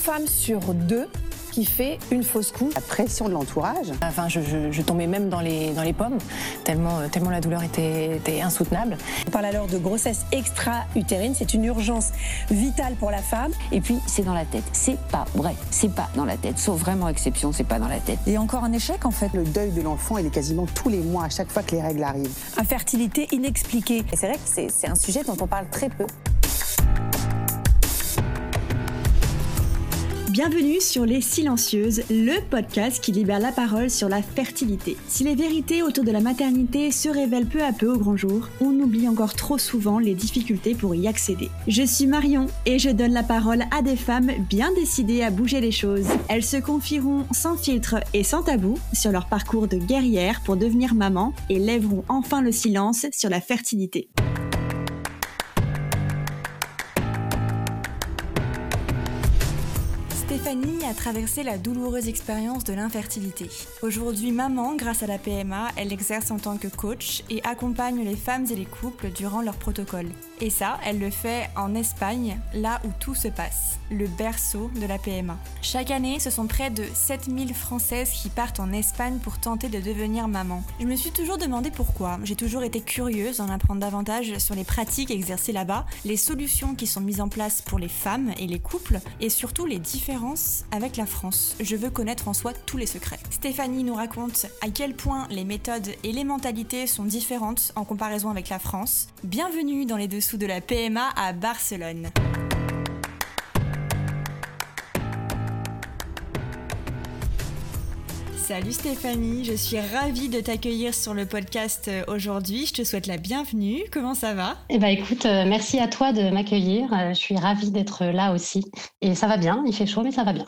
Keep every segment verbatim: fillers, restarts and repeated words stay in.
femme sur deux qui fait une fausse couche. La pression de l'entourage. Enfin, je, je, je tombais même dans les, dans les pommes, tellement, tellement la douleur était, était insoutenable. On parle alors de grossesse extra-utérine, c'est une urgence vitale pour la femme. Et puis, c'est dans la tête. C'est pas vrai, c'est pas dans la tête. Sauf vraiment exception, c'est pas dans la tête. Et encore un échec, en fait. Le deuil de l'enfant, il est quasiment tous les mois, à chaque fois que les règles arrivent. Infertilité inexpliquée. Et c'est vrai que c'est, c'est un sujet dont on parle très peu. Bienvenue sur Les Silencieuses, le podcast qui libère la parole sur la fertilité. Si les vérités autour de la maternité se révèlent peu à peu au grand jour, on oublie encore trop souvent les difficultés pour y accéder. Je suis Marion et je donne la parole à des femmes bien décidées à bouger les choses. Elles se confieront sans filtre et sans tabou sur leur parcours de guerrière pour devenir maman et lèveront enfin le silence sur la fertilité. Stéphanie a traversé la douloureuse expérience de l'infertilité. Aujourd'hui maman, grâce à la P M A, elle exerce en tant que coach et accompagne les femmes et les couples durant leur protocole. Et ça, elle le fait en Espagne, là où tout se passe, le berceau de la P M A. Chaque année, ce sont près de sept mille Françaises qui partent en Espagne pour tenter de devenir maman. Je me suis toujours demandé pourquoi. J'ai toujours été curieuse d'en apprendre davantage sur les pratiques exercées là-bas, les solutions qui sont mises en place pour les femmes et les couples, et surtout les différences avec la France. Je veux connaître en soi tous les secrets. Stéphanie nous raconte à quel point les méthodes et les mentalités sont différentes en comparaison avec la France. Bienvenue dans les dessous de la P M A à Barcelone. Salut Stéphanie, je suis ravie de t'accueillir sur le podcast aujourd'hui. Je te souhaite la bienvenue. Comment ça va ? Eh ben écoute, euh, merci à toi de m'accueillir. Euh, je suis ravie d'être là aussi. Et ça va bien, il fait chaud, mais ça va bien.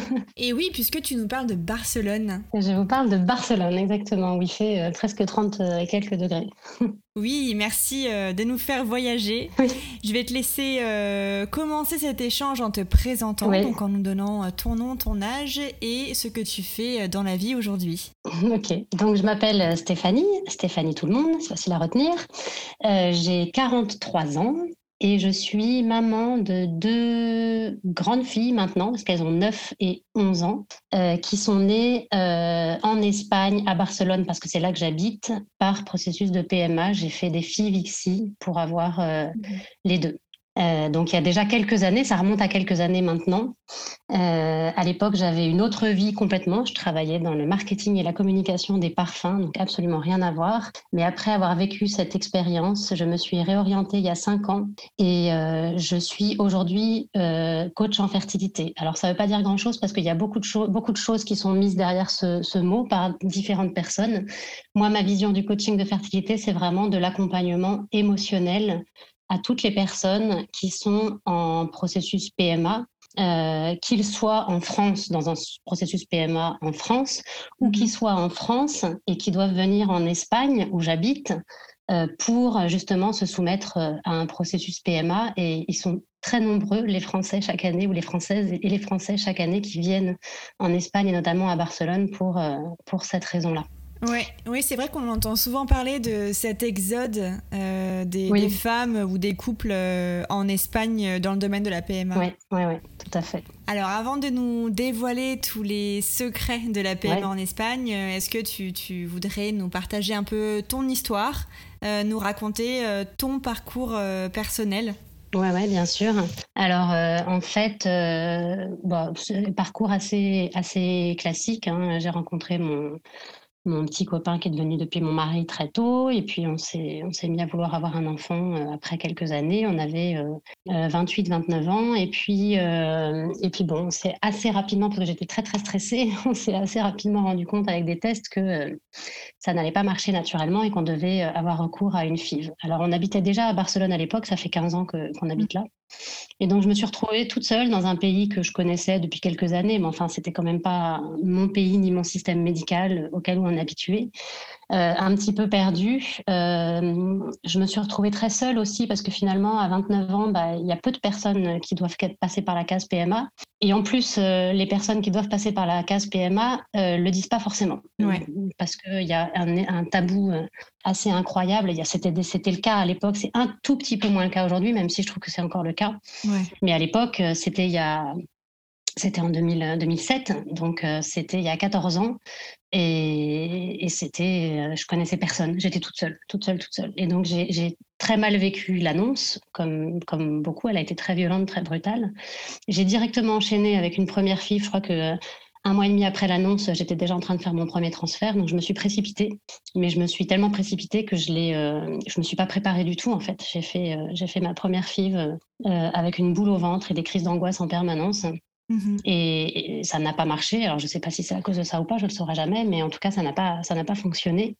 Et oui, puisque tu nous parles de Barcelone. Je vous parle de Barcelone, exactement, où il fait euh, presque trente et quelques degrés. Oui, merci euh, de nous faire voyager. Oui. Je vais te laisser euh, commencer cet échange en te présentant, oui. donc en nous donnant ton nom, ton âge et ce que tu fais dans la vie aujourd'hui. Ok, donc je m'appelle Stéphanie, Stéphanie tout le monde, c'est facile à retenir. Euh, j'ai quarante-trois ans et je suis maman de deux grandes filles maintenant, parce qu'elles ont neuf et onze ans, euh, qui sont nées euh, en Espagne, à Barcelone, parce que c'est là que j'habite, par processus de P M A. J'ai fait des F I V I C S I pour avoir euh, mmh. les deux. Euh, donc il y a déjà quelques années, ça remonte à quelques années maintenant. Euh, à l'époque, j'avais une autre vie complètement. Je travaillais dans le marketing et la communication des parfums, donc absolument rien à voir. Mais après avoir vécu cette expérience, je me suis réorientée il y a cinq ans et euh, je suis aujourd'hui euh, coach en fertilité. Alors ça ne veut pas dire grand-chose parce qu'il y a beaucoup de, cho- beaucoup de choses qui sont mises derrière ce, ce mot par différentes personnes. Moi, ma vision du coaching de fertilité, c'est vraiment de l'accompagnement émotionnel à toutes les personnes qui sont en processus P M A, euh, qu'ils soient en France, dans un processus P M A en France, ou qu'ils soient en France et qui doivent venir en Espagne, où j'habite, euh, pour justement se soumettre à un processus P M A. Et ils sont très nombreux, les Français chaque année, ou les Françaises et les Français chaque année qui viennent en Espagne, et notamment à Barcelone, pour, euh, pour cette raison-là. Ouais, oui, c'est vrai qu'on entend souvent parler de cet exode euh, des, oui. des femmes ou des couples euh, en Espagne dans le domaine de la P M A. Oui, oui, oui, tout à fait. Alors, avant de nous dévoiler tous les secrets de la P M A ouais. en Espagne, est-ce que tu, tu voudrais nous partager un peu ton histoire, euh, nous raconter euh, ton parcours euh, personnel ? Oui, ouais, bien sûr. Alors, euh, en fait, euh, bon, c'est un parcours assez, assez classique. Hein. J'ai rencontré mon... mon petit copain qui est devenu depuis mon mari très tôt, et puis on s'est, on s'est mis à vouloir avoir un enfant euh, après quelques années. On avait euh, euh, vingt-huit vingt-neuf ans, et puis, euh, et puis bon, on s'est assez rapidement, parce que j'étais très très stressée, on s'est assez rapidement rendu compte avec des tests que euh, ça n'allait pas marcher naturellement et qu'on devait avoir recours à une F I V. Alors on habitait déjà à Barcelone à l'époque, ça fait quinze ans que, qu'on habite là. Et donc je me suis retrouvée toute seule dans un pays que je connaissais depuis quelques années, mais enfin c'était quand même pas mon pays ni mon système médical auquel on est habitué. Euh, un petit peu perdue. Euh, je me suis retrouvée très seule aussi parce que finalement à vingt-neuf ans, bah, il y a peu de personnes qui doivent passer par la case P M A. Et en plus, euh, les personnes qui doivent passer par la case P M A euh, le disent pas forcément. Ouais. Parce qu'il y a un, un tabou assez incroyable. Il y a, c'était, c'était le cas à l'époque. C'est un tout petit peu moins le cas aujourd'hui, même si je trouve que c'est encore le cas. Ouais. Mais à l'époque, c'était il y a... C'était en deux mille, deux mille sept, donc euh, c'était il y a quatorze ans. Et, et c'était, euh, je connaissais personne. J'étais toute seule, toute seule, toute seule. Et donc j'ai, j'ai très mal vécu l'annonce, comme, comme beaucoup. Elle a été très violente, très brutale. J'ai directement enchaîné avec une première F I V. Je crois que euh, un mois et demi après l'annonce, j'étais déjà en train de faire mon premier transfert. Donc je me suis précipitée, mais je me suis tellement précipitée que je l'ai, euh, je me suis pas préparée du tout en fait. J'ai fait, euh, j'ai fait ma première F I V euh, avec une boule au ventre et des crises d'angoisse en permanence. Mmh. Et, et ça n'a pas marché. Alors, je ne sais pas si c'est à cause de ça ou pas, je ne le saurai jamais, mais en tout cas, ça n'a pas, ça n'a pas fonctionné.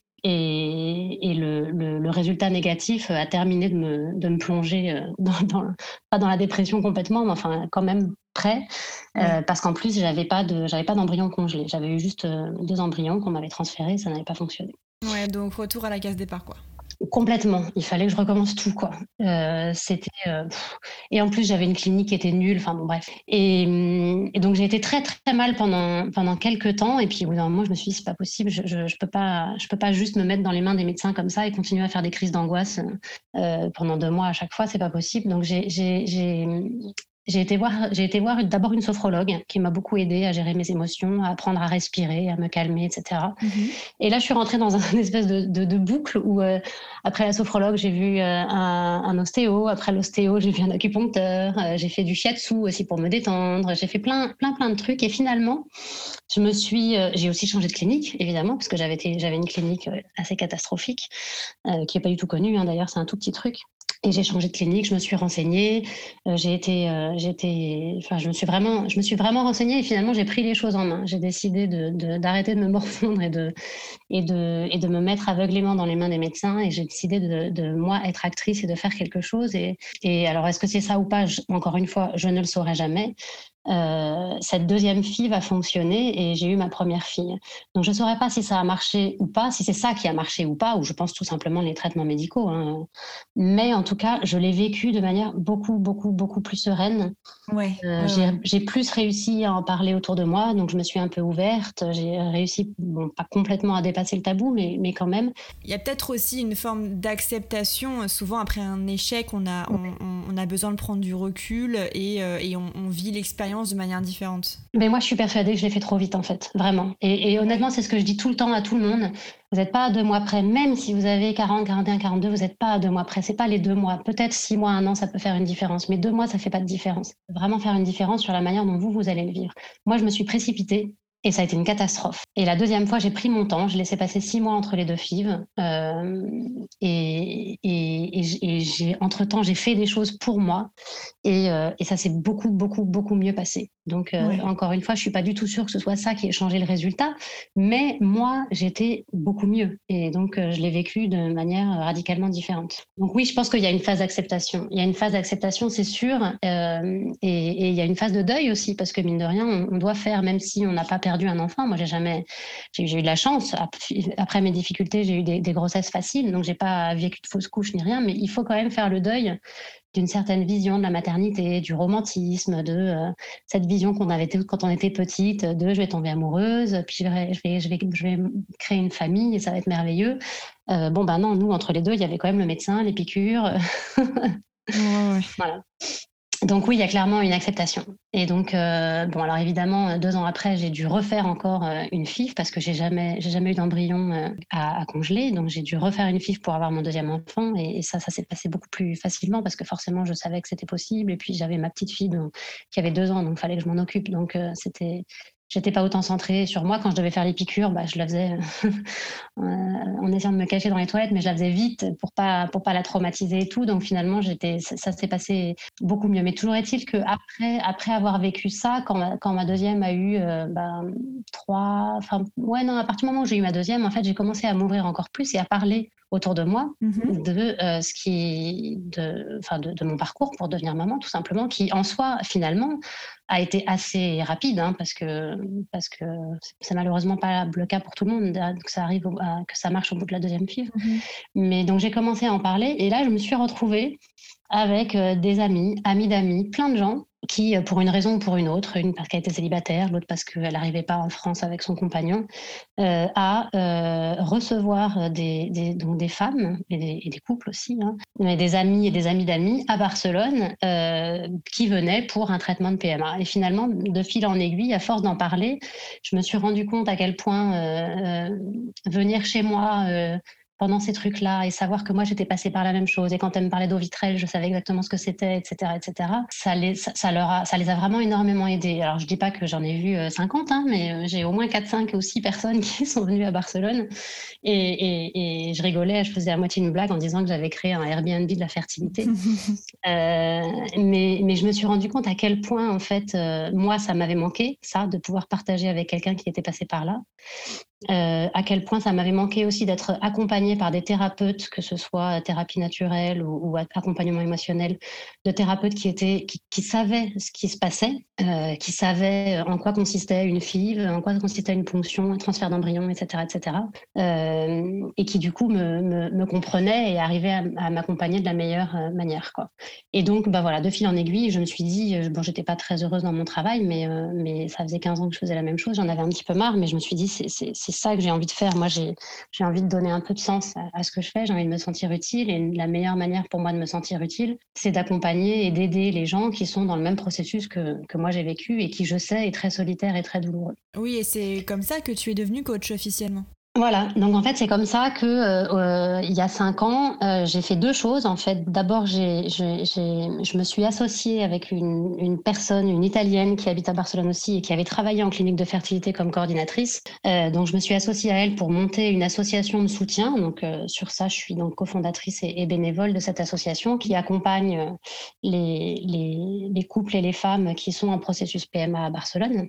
Et, et le, le, le résultat négatif a terminé de me, de me plonger dans, dans, pas dans la dépression complètement, mais enfin, quand même près, ouais. euh, parce qu'en plus, je n'avais pas, de, j'avais pas d'embryon congelé. J'avais eu juste deux embryons qu'on m'avait transférés, ça n'avait pas fonctionné. Ouais, donc retour à la case départ, quoi. Complètement. Il fallait que je recommence tout, quoi. Euh, c'était euh, et en plus j'avais une clinique qui était nulle. Enfin bon, bref. Et, et donc j'ai été très très mal pendant pendant quelques temps. Et puis au bout d'un moment, je me suis dit c'est pas possible. Je, je je peux pas je peux pas juste me mettre dans les mains des médecins comme ça et continuer à faire des crises d'angoisse euh, pendant deux mois à chaque fois. C'est pas possible. Donc j'ai j'ai j'ai J'ai été voir, j'ai été voir d'abord une sophrologue qui m'a beaucoup aidée à gérer mes émotions, à apprendre à respirer, à me calmer, et cetera. Mm-hmm. Et là, je suis rentrée dans un espèce de, de, de boucle où, euh, après la sophrologue, j'ai vu euh, un, un ostéo. Après l'ostéo, j'ai vu un acupuncteur. Euh, j'ai fait du shiatsu aussi pour me détendre. J'ai fait plein, plein, plein de trucs. Et finalement, je me suis, euh, j'ai aussi changé de clinique, évidemment, parce que j'avais été, j'avais une clinique assez catastrophique, euh, qui n'est pas du tout connue. Hein, d'ailleurs, c'est un tout petit truc. Et j'ai changé de clinique, je me suis renseignée, euh, j'ai été, euh, j'ai été, enfin, je me suis vraiment, je me suis vraiment renseignée et finalement j'ai pris les choses en main. J'ai décidé de, de, d'arrêter de me morfondre et de, et de, et de me mettre aveuglément dans les mains des médecins. Et j'ai décidé de, de moi être actrice et de faire quelque chose. Et, et alors, est-ce que c'est ça ou pas? je, Encore une fois, je ne le saurai jamais. Euh, cette deuxième fille va fonctionner et j'ai eu ma première fille. Donc je ne saurais pas si ça a marché ou pas, si c'est ça qui a marché ou pas, ou je pense tout simplement les traitements médicaux. Hein. Mais en tout cas, je l'ai vécu de manière beaucoup, beaucoup, beaucoup plus sereine. Ouais, euh, ouais, j'ai, ouais. j'ai plus réussi à en parler autour de moi, donc je me suis un peu ouverte. J'ai réussi, bon, pas complètement à dépasser le tabou, mais, mais quand même. Il y a peut-être aussi une forme d'acceptation. Souvent, après un échec, on a, on, on a besoin de prendre du recul et, euh, et on, on vit l'expérience de manière différente. Mais moi, je suis persuadée que je l'ai fait trop vite, en fait, vraiment. Et, et honnêtement, c'est ce que je dis tout le temps à tout le monde. Vous n'êtes pas à deux mois près. Même si vous avez quarante, quarante et un, quarante-deux, vous n'êtes pas à deux mois près. C'est pas les deux mois. Peut-être six mois, un an, ça peut faire une différence. Mais deux mois, ça fait pas de différence. Ça peut vraiment faire une différence sur la manière dont vous, vous allez le vivre. Moi, je me suis précipitée. Et ça a été une catastrophe. Et la deuxième fois, j'ai pris mon temps. Je laissais passer six mois entre les deux F I V. Euh, et, et, et, et j'ai, entre-temps, j'ai fait des choses pour moi. Et, euh, et ça s'est beaucoup, beaucoup, beaucoup mieux passé. Donc, euh, ouais. Encore une fois, je ne suis pas du tout sûre que ce soit ça qui ait changé le résultat. Mais moi, j'étais beaucoup mieux. Et donc, euh, je l'ai vécu de manière radicalement différente. Donc oui, je pense qu'il y a une phase d'acceptation. Il y a une phase d'acceptation, c'est sûr. Euh, et, et il y a une phase de deuil aussi. Parce que mine de rien, on, on doit faire, même si on n'a pas perdu un enfant. Moi, j'ai jamais, j'ai, j'ai eu de la chance. Après mes difficultés, j'ai eu des, des grossesses faciles, donc j'ai pas vécu de fausse couche ni rien. Mais il faut quand même faire le deuil d'une certaine vision de la maternité, du romantisme, de euh, cette vision qu'on avait quand on était petite, de je vais tomber amoureuse, puis je vais, je vais, je vais, je vais créer une famille et ça va être merveilleux. Euh, bon ben non, nous entre les deux, il y avait quand même le médecin, les piqûres. Ouais, ouais. Voilà. Donc oui, il y a clairement une acceptation. Et donc, euh, bon, alors évidemment, deux ans après, j'ai dû refaire encore euh, une F I V parce que j'ai jamais, j'ai jamais eu d'embryon euh, à, à congeler. Donc j'ai dû refaire une F I V pour avoir mon deuxième enfant. Et, et ça, ça s'est passé beaucoup plus facilement parce que forcément, je savais que c'était possible. Et puis j'avais ma petite fille donc, qui avait deux ans, donc il fallait que je m'en occupe. Donc euh, c'était... J'étais pas autant centrée sur moi. Quand je devais faire les piqûres, bah, je la faisais euh, en essayant de me cacher dans les toilettes, mais je la faisais vite pour pas, pour pas la traumatiser et tout. Donc finalement, j'étais, ça, ça s'est passé beaucoup mieux. Mais toujours est-il qu'après après avoir vécu ça, quand ma, quand ma deuxième a eu euh, bah, trois... Enfin, ouais, non, à partir du moment où j'ai eu ma deuxième, en fait, j'ai commencé à m'ouvrir encore plus et à parler autour de moi mm-hmm. de euh, ce qui, de, enfin, de, de mon parcours pour devenir maman, tout simplement, qui en soi, finalement, a été assez rapide, hein, parce que parce que c'est malheureusement pas le cas pour tout le monde que ça arrive, au, que ça marche au bout de la deuxième F I V. Mm-hmm. Mais donc j'ai commencé à en parler et là je me suis retrouvée avec euh, des amis, amis d'amis, plein de gens qui, pour une raison ou pour une autre, une parce qu'elle était célibataire, l'autre parce qu'elle n'arrivait pas en France avec son compagnon, euh, à euh, recevoir des, des, donc des femmes et des, et des couples aussi, hein, mais des amis et des amis d'amis à Barcelone euh, qui venaient pour un traitement de P M A. Et finalement, de fil en aiguille, à force d'en parler, je me suis rendu compte à quel point euh, euh, venir chez moi euh, pendant ces trucs-là et savoir que moi j'étais passée par la même chose et quand elle me parlait d'eau vitrelle, je savais exactement ce que c'était, et cetera, et cetera. Ça les, ça, ça leur a, ça les a vraiment énormément aidés. Alors je dis pas que j'en ai vu cinquante, hein, mais j'ai au moins quatre, cinq ou six personnes qui sont venues à Barcelone et, et, et je rigolais, je faisais à moitié une blague en disant que j'avais créé un Airbnb de la fertilité. euh, mais, mais je me suis rendu compte à quel point en fait euh, moi ça m'avait manqué, ça, de pouvoir partager avec quelqu'un qui était passé par là. Euh, à quel point ça m'avait manqué aussi d'être accompagnée par des thérapeutes, que ce soit thérapie naturelle ou, ou accompagnement émotionnel, de thérapeutes qui étaient, qui, qui savaient ce qui se passait, euh, qui savaient en quoi consistait une F I V, en quoi consistait une ponction, un transfert d'embryon, et cetera, et cetera. Euh, et qui du coup me, me, me comprenaient et arrivaient à, à m'accompagner de la meilleure manière, quoi. Et donc, bah voilà, de fil en aiguille, je me suis dit, bon, j'étais pas très heureuse dans mon travail, mais, euh, mais ça faisait quinze ans que je faisais la même chose, j'en avais un petit peu marre, mais je me suis dit, c'est, c'est, c'est ça que j'ai envie de faire. Moi, j'ai, j'ai envie de donner un peu de sens à, à ce que je fais. J'ai envie de me sentir utile. Et la meilleure manière pour moi de me sentir utile, c'est d'accompagner et d'aider les gens qui sont dans le même processus que, que moi j'ai vécu et qui, je sais, est très solitaire et très douloureux. Oui, et c'est comme ça que tu es devenue coach officiellement. Voilà, donc en fait c'est comme ça que euh, il y a cinq ans euh, j'ai fait deux choses en fait. D'abord j'ai, j'ai, j'ai, je me suis associée avec une, une personne, une Italienne qui habite à Barcelone aussi et qui avait travaillé en clinique de fertilité comme coordinatrice. Euh, donc je me suis associée à elle pour monter une association de soutien. Donc euh, sur ça je suis donc cofondatrice et, et bénévole de cette association qui accompagne les, les, les couples et les femmes qui sont en processus P M A à Barcelone.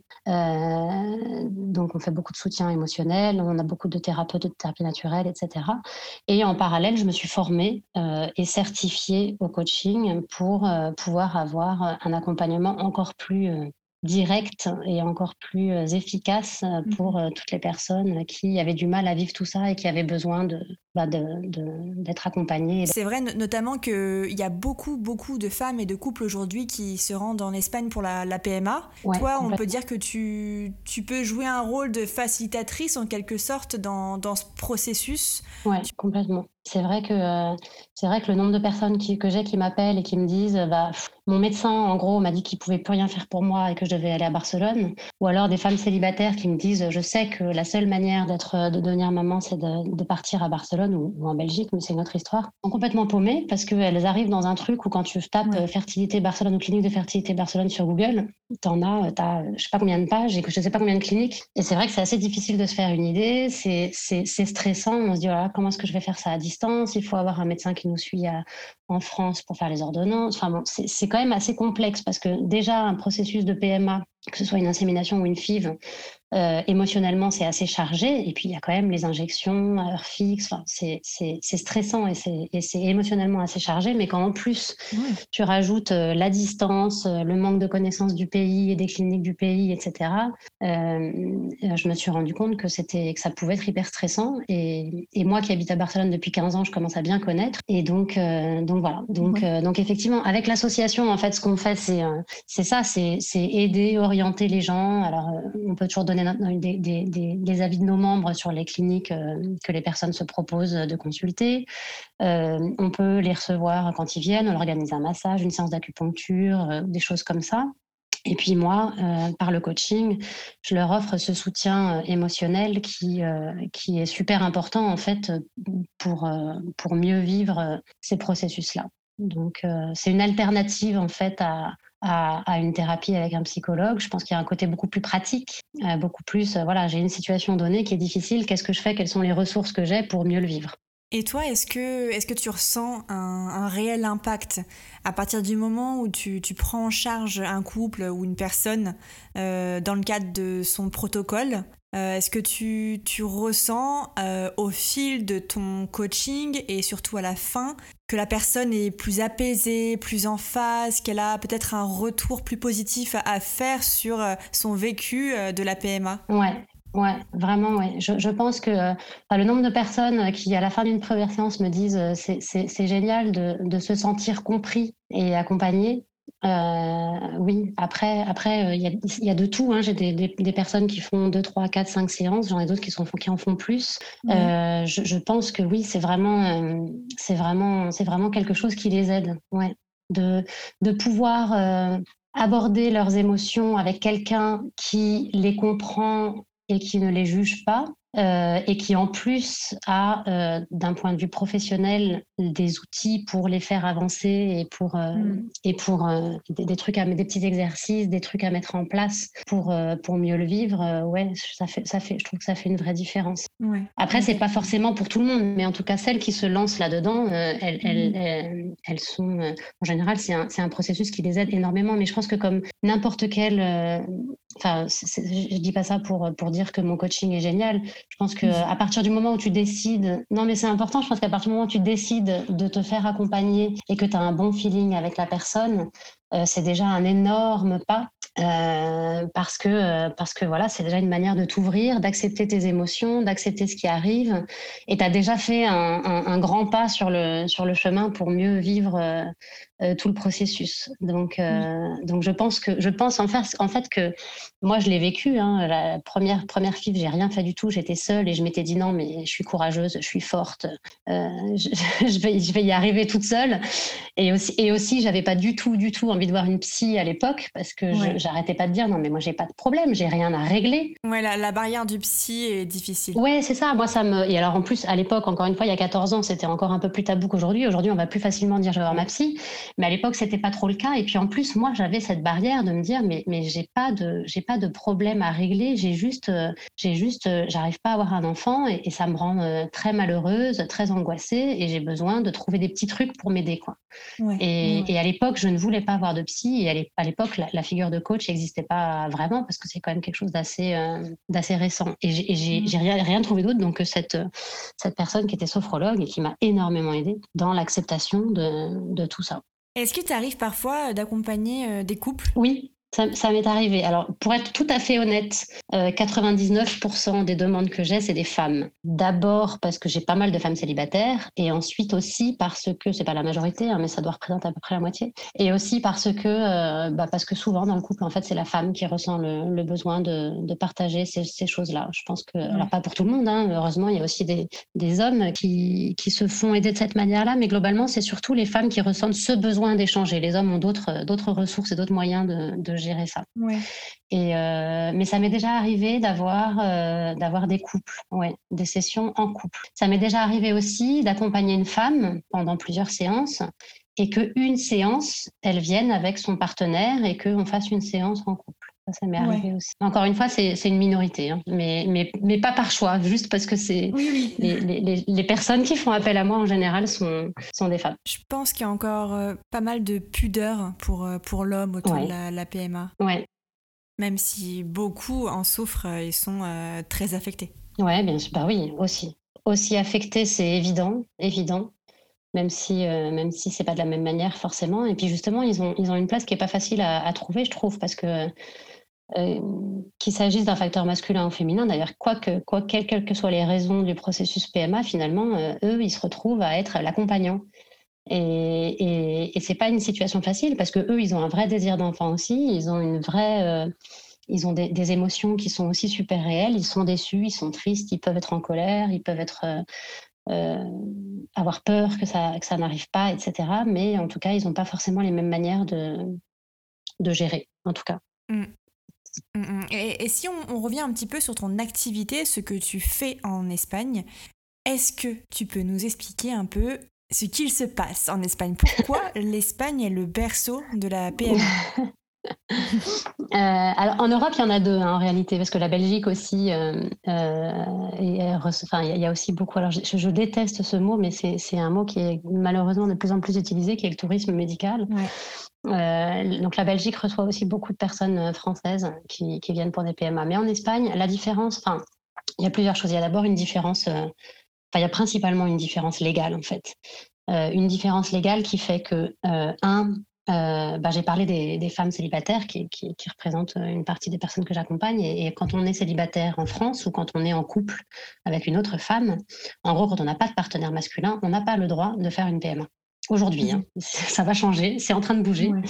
Euh, donc on fait beaucoup de soutien émotionnel, on a beaucoup de de thérapeute, de thérapie naturelle, et cetera. Et en parallèle, je me suis formée euh, et certifiée au coaching pour euh, pouvoir avoir un accompagnement encore plus euh, direct et encore plus euh, efficace pour euh, toutes les personnes qui avaient du mal à vivre tout ça et qui avaient besoin de, bah, de, de, d'être accompagnées. C'est vrai notamment qu'il y a beaucoup, beaucoup de femmes et de couples aujourd'hui qui se rendent en Espagne pour la, la P M A. Ouais, Toi, on peut dire que tu, tu peux jouer un rôle de facilitatrice en quelque sorte dans, dans ce processus. Oui, tu... complètement. C'est vrai que euh, c'est vrai que le nombre de personnes qui, que j'ai qui m'appellent et qui me disent bah, pff, mon médecin en gros m'a dit qu'il pouvait plus rien faire pour moi et que je devais aller à Barcelone, ou alors des femmes célibataires qui me disent je sais que la seule manière d'être de devenir maman c'est de, de partir à Barcelone ou, ou en Belgique, mais c'est une autre histoire. Elles sont complètement paumées parce qu'elles arrivent dans un truc où quand tu tapes ouais. fertilité Barcelone ou clinique de fertilité Barcelone sur Google, t'en as t'as je sais pas combien de pages et que je sais pas combien de cliniques, et c'est vrai que c'est assez difficile de se faire une idée, c'est c'est c'est stressant, on se dit voilà, comment est-ce que je vais faire ça à distance. Il faut avoir un médecin qui nous suit à, en France pour faire les ordonnances. Enfin bon, c'est, c'est quand même assez complexe parce que déjà un processus de P M A, que ce soit une insémination ou une F I V, euh, émotionnellement c'est assez chargé. Et puis il y a quand même les injections à heure fixe. Enfin, c'est, c'est, c'est stressant et c'est, et c'est émotionnellement assez chargé. Mais quand en plus oui. tu rajoutes euh, la distance, euh, le manque de connaissance du pays et des cliniques du pays, et cetera. Euh, je me suis rendu compte que c'était que ça pouvait être hyper stressant. Et, et moi qui habite à Barcelone depuis quinze ans, je commence à bien connaître. Et donc euh, donc voilà. Donc oui. euh, donc effectivement avec l'association en fait ce qu'on fait c'est euh, c'est ça, c'est c'est aider, orienter les gens. Alors euh, on peut toujours donner Des, des, des, des avis de nos membres sur les cliniques euh, que les personnes se proposent de consulter. Euh, on peut les recevoir quand ils viennent, on leur organise un massage, une séance d'acupuncture, euh, des choses comme ça. Et puis moi, euh, par le coaching, je leur offre ce soutien euh, émotionnel qui, euh, qui est super important en fait pour, euh, pour mieux vivre euh, ces processus-là. Donc euh, c'est une alternative en fait à À, à une thérapie avec un psychologue. Je pense qu'il y a un côté beaucoup plus pratique, euh, beaucoup plus, euh, voilà, j'ai une situation donnée qui est difficile, qu'est-ce que je fais, quelles sont les ressources que j'ai pour mieux le vivre. Et toi, est-ce que, est-ce que tu ressens un, un réel impact à partir du moment où tu, tu prends en charge un couple ou une personne euh, dans le cadre de son protocole ? Euh, est-ce que tu, tu ressens euh, au fil de ton coaching et surtout à la fin que la personne est plus apaisée, plus en phase, qu'elle a peut-être un retour plus positif à, à faire sur euh, son vécu euh, de la P M A ? Ouais. Ouais, vraiment, ouais. Je, je pense que euh, le nombre de personnes qui, à la fin d'une première séance, me disent euh, c'est, c'est, c'est génial de, de se sentir compris et accompagné. Euh, oui, après, après, il y a, il y a de tout, hein. J'ai des, des, des personnes qui font deux, trois, quatre, cinq séances. J'en ai d'autres qui, sont, qui en font plus. Ouais. Euh, je, je pense que oui, c'est vraiment, euh, c'est vraiment, c'est vraiment quelque chose qui les aide. Ouais. De, de pouvoir euh, aborder leurs émotions avec quelqu'un qui les comprend et qui ne les juge pas. Euh, et qui en plus a, euh, d'un point de vue professionnel, des outils pour les faire avancer et pour, euh, mm. et pour euh, des, des trucs, à, des petits exercices, des trucs à mettre en place pour, euh, pour mieux le vivre. Euh, ouais, ça fait, ça fait, je trouve que ça fait une vraie différence. Ouais. Après, Okay. c'est pas forcément pour tout le monde, mais en tout cas, celles qui se lancent là-dedans, euh, elles, mm. elles, elles, elles sont, euh, en général, c'est un, c'est un processus qui les aide énormément. Mais je pense que comme n'importe quel, enfin, euh, je dis pas ça pour pour dire que mon coaching est génial. Je pense qu'à partir du moment où tu décides, non mais c'est important, je pense qu'à partir du moment où tu décides de te faire accompagner et que tu as un bon feeling avec la personne, euh, c'est déjà un énorme pas. Euh, parce que euh, parce que voilà, c'est déjà une manière de t'ouvrir, d'accepter tes émotions, d'accepter ce qui arrive, et tu as déjà fait un, un, un grand pas sur le sur le chemin pour mieux vivre euh, euh, tout le processus. Donc euh, oui. donc je pense que je pense en fait en fait que moi je l'ai vécu. Hein, la première première F I V, j'ai rien fait du tout, j'étais seule et je m'étais dit non mais je suis courageuse, je suis forte, euh, je, je vais je vais y arriver toute seule. Et aussi et aussi j'avais pas du tout du tout envie de voir une psy à l'époque parce que ouais. je, j'arrêtais pas de dire non mais moi j'ai pas de problème, j'ai rien à régler. Ouais, la, la barrière du psy est difficile. Ouais, c'est ça. Moi ça me et alors en plus à l'époque, encore une fois, il y a quatorze ans, c'était encore un peu plus tabou qu'aujourd'hui. Aujourd'hui, on va plus facilement dire je vais voir ma psy, mais à l'époque c'était pas trop le cas. Et puis en plus, moi j'avais cette barrière de me dire mais mais j'ai pas de j'ai pas de problème à régler. J'ai juste euh, j'ai juste euh, j'arrive pas à avoir un enfant et, et ça me rend euh, très malheureuse, très angoissée et j'ai besoin de trouver des petits trucs pour m'aider quoi. Ouais, et, ouais. et à l'époque, je ne voulais pas avoir de psy et à l'époque la, la figure de coach n'existait pas vraiment parce que c'est quand même quelque chose d'assez, euh, d'assez récent. Et j'ai, et j'ai, mmh. j'ai rien, rien trouvé d'autre donc que cette, cette personne qui était sophrologue et qui m'a énormément aidée dans l'acceptation de, de tout ça. Est-ce que tu arrives parfois d'accompagner des couples ? Oui. Ça, ça m'est arrivé. Alors, pour être tout à fait honnête, euh, quatre-vingt-dix-neuf pour cent des demandes que j'ai, c'est des femmes. D'abord parce que j'ai pas mal de femmes célibataires, et ensuite aussi parce que, c'est pas la majorité, hein, mais ça doit représenter à peu près la moitié, et aussi parce que, euh, bah parce que souvent dans le couple, en fait, c'est la femme qui ressent le, le besoin de, de partager ces, ces choses-là. Je pense que, ouais. alors pas pour tout le monde, hein, heureusement, il y a aussi des, des hommes qui, qui se font aider de cette manière-là, mais globalement, c'est surtout les femmes qui ressentent ce besoin d'échanger. Les hommes ont d'autres, d'autres ressources et d'autres moyens de, de gérer ça. Ouais. Et euh, mais ça m'est déjà arrivé d'avoir euh, d'avoir des couples, ouais, des sessions en couple. Ça m'est déjà arrivé aussi d'accompagner une femme pendant plusieurs séances et que une séance, elle vienne avec son partenaire et qu'on fasse une séance en couple. Ça, ça m'est arrivé ouais. aussi. Encore une fois, c'est, c'est une minorité, hein, mais, mais, mais pas par choix, juste parce que c'est oui, oui. Les, les, les personnes qui font appel à moi en général sont, sont des femmes. Je pense qu'il y a encore euh, pas mal de pudeur pour, euh, pour l'homme autour ouais. de la, la P M A. Ouais. Même si beaucoup en souffrent et sont euh, très affectés. Ouais, bien sûr. Bah oui, aussi. Aussi affectés, c'est évident, évident. Même si, euh, même si c'est pas de la même manière forcément. Et puis justement, ils ont, ils ont une place qui est pas facile à, à trouver, je trouve, parce que euh, qu'il s'agisse d'un facteur masculin ou féminin, d'ailleurs, quoi que, quoi, quelles, quelles que soient les raisons du processus P M A, finalement, euh, eux, ils se retrouvent à être l'accompagnant. Et, et, et c'est pas une situation facile parce que eux, ils ont un vrai désir d'enfant aussi, ils ont une vraie, euh, ils ont des, des émotions qui sont aussi super réelles. Ils sont déçus, ils sont tristes, ils peuvent être en colère, ils peuvent être euh, Euh, avoir peur que ça, que ça n'arrive pas, et cetera. Mais en tout cas, ils n'ont pas forcément les mêmes manières de, de gérer, en tout cas. Mmh. Mmh. Et, et si on, on revient un petit peu sur ton activité, ce que tu fais en Espagne, est-ce que tu peux nous expliquer un peu ce qu'il se passe en Espagne ? Pourquoi l'Espagne est le berceau de la P M A ? Euh, alors en Europe, il y en a deux hein, en réalité, parce que la Belgique aussi, euh, euh, et, enfin, il y a aussi beaucoup. Alors, je, je déteste ce mot, mais c'est, c'est un mot qui est malheureusement de plus en plus utilisé, qui est le tourisme médical. Ouais. Euh, donc la Belgique reçoit aussi beaucoup de personnes françaises qui, qui viennent pour des P M A. Mais en Espagne, la différence, enfin, il y a plusieurs choses. Il y a d'abord une différence, euh, enfin, il y a principalement une différence légale en fait. Euh, une différence légale qui fait que euh, un Euh, bah, j'ai parlé des, des femmes célibataires qui, qui, qui représentent une partie des personnes que j'accompagne et, et quand on est célibataire en France ou quand on est en couple avec une autre femme, en gros quand on n'a pas de partenaire masculin, on n'a pas le droit de faire une P M A. Aujourd'hui, hein. Ça va changer, c'est en train de bouger. Ouais.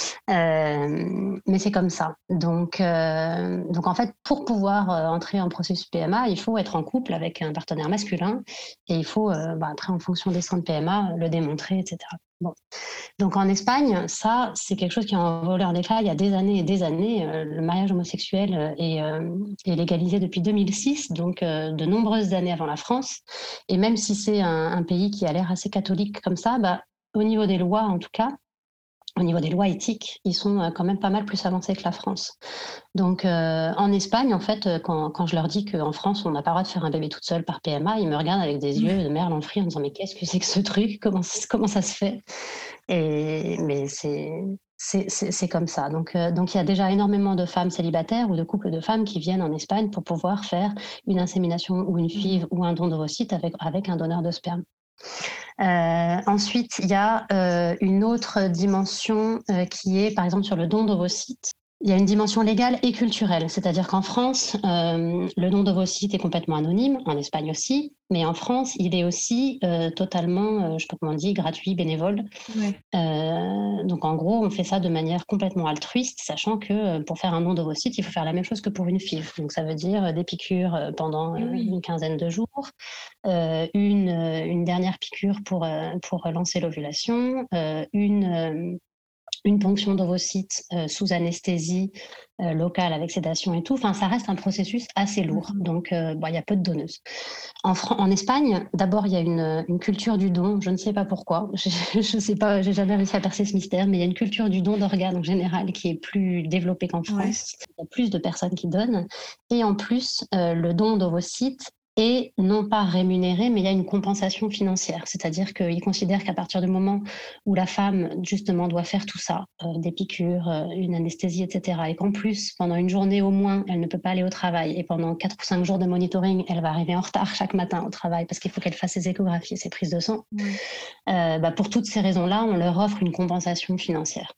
Euh, mais c'est comme ça. Donc, euh, donc en fait, pour pouvoir euh, entrer en processus P M A, il faut être en couple avec un partenaire masculin et il faut, euh, bah, après, en fonction des centres P M A, le démontrer, et cetera. Bon. Donc en Espagne, ça, c'est quelque chose qui a envolé en éclat il y a des années et des années. Euh, le mariage homosexuel est, euh, est légalisé depuis deux mille six, donc euh, de nombreuses années avant la France. Et même si c'est un, un pays qui a l'air assez catholique comme ça, bah, au niveau des lois en tout cas, au niveau des lois éthiques, ils sont euh, quand même pas mal plus avancés que la France. Donc euh, en Espagne, en fait, quand, quand je leur dis qu'en France, on n'a pas le droit de faire un bébé toute seule par P M A, ils me regardent avec des yeux de merle en frit en disant « mais qu'est-ce que c'est que ce truc ? Comment, comment ça se fait ?» Et mais c'est, c'est, c'est, c'est comme ça. Donc, euh, donc il y a déjà énormément de femmes célibataires ou de couples de femmes qui viennent en Espagne pour pouvoir faire une insémination ou une FIV mmh. ou un don d'ovocytes avec, avec un donneur de sperme. Euh, ensuite, il y a euh, une autre dimension euh, qui est, par exemple, sur le don d'ovocytes. Il y a une dimension légale et culturelle, c'est-à-dire qu'en France, euh, le don d'ovocytes est complètement anonyme, en Espagne aussi, mais en France, il est aussi euh, totalement, euh, je ne sais pas comment on dit, gratuit, bénévole. Ouais. Euh, donc en gros, on fait ça de manière complètement altruiste, sachant que euh, pour faire un don d'ovocytes, il faut faire la même chose que pour une FIV. Donc ça veut dire des piqûres pendant euh, oui. une quinzaine de jours, euh, une, une dernière piqûre pour, euh, pour lancer l'ovulation, euh, une... Euh, une ponction d'ovocytes euh, sous anesthésie euh, locale avec sédation et tout. Enfin, ça reste un processus assez lourd. Donc, euh, bon, il y a peu de donneuses. En, Fran- en Espagne, d'abord, il y a une, une culture du don. Je ne sais pas pourquoi. Je ne sais pas, j'ai jamais réussi à percer ce mystère, mais il y a une culture du don d'organes en général qui est plus développée qu'en France. Ouais. Il y a plus de personnes qui donnent. Et en plus, euh, le don d'ovocytes et non pas rémunéré, mais il y a une compensation financière. C'est-à-dire qu'ils considèrent qu'à partir du moment où la femme, justement, doit faire tout ça, euh, des piqûres, euh, une anesthésie, et cetera, et qu'en plus, pendant une journée au moins, elle ne peut pas aller au travail, et pendant quatre ou cinq jours de monitoring, elle va arriver en retard chaque matin au travail, parce qu'il faut qu'elle fasse ses échographies et ses prises de sang, mmh. euh, bah, pour toutes ces raisons-là, on leur offre une compensation financière.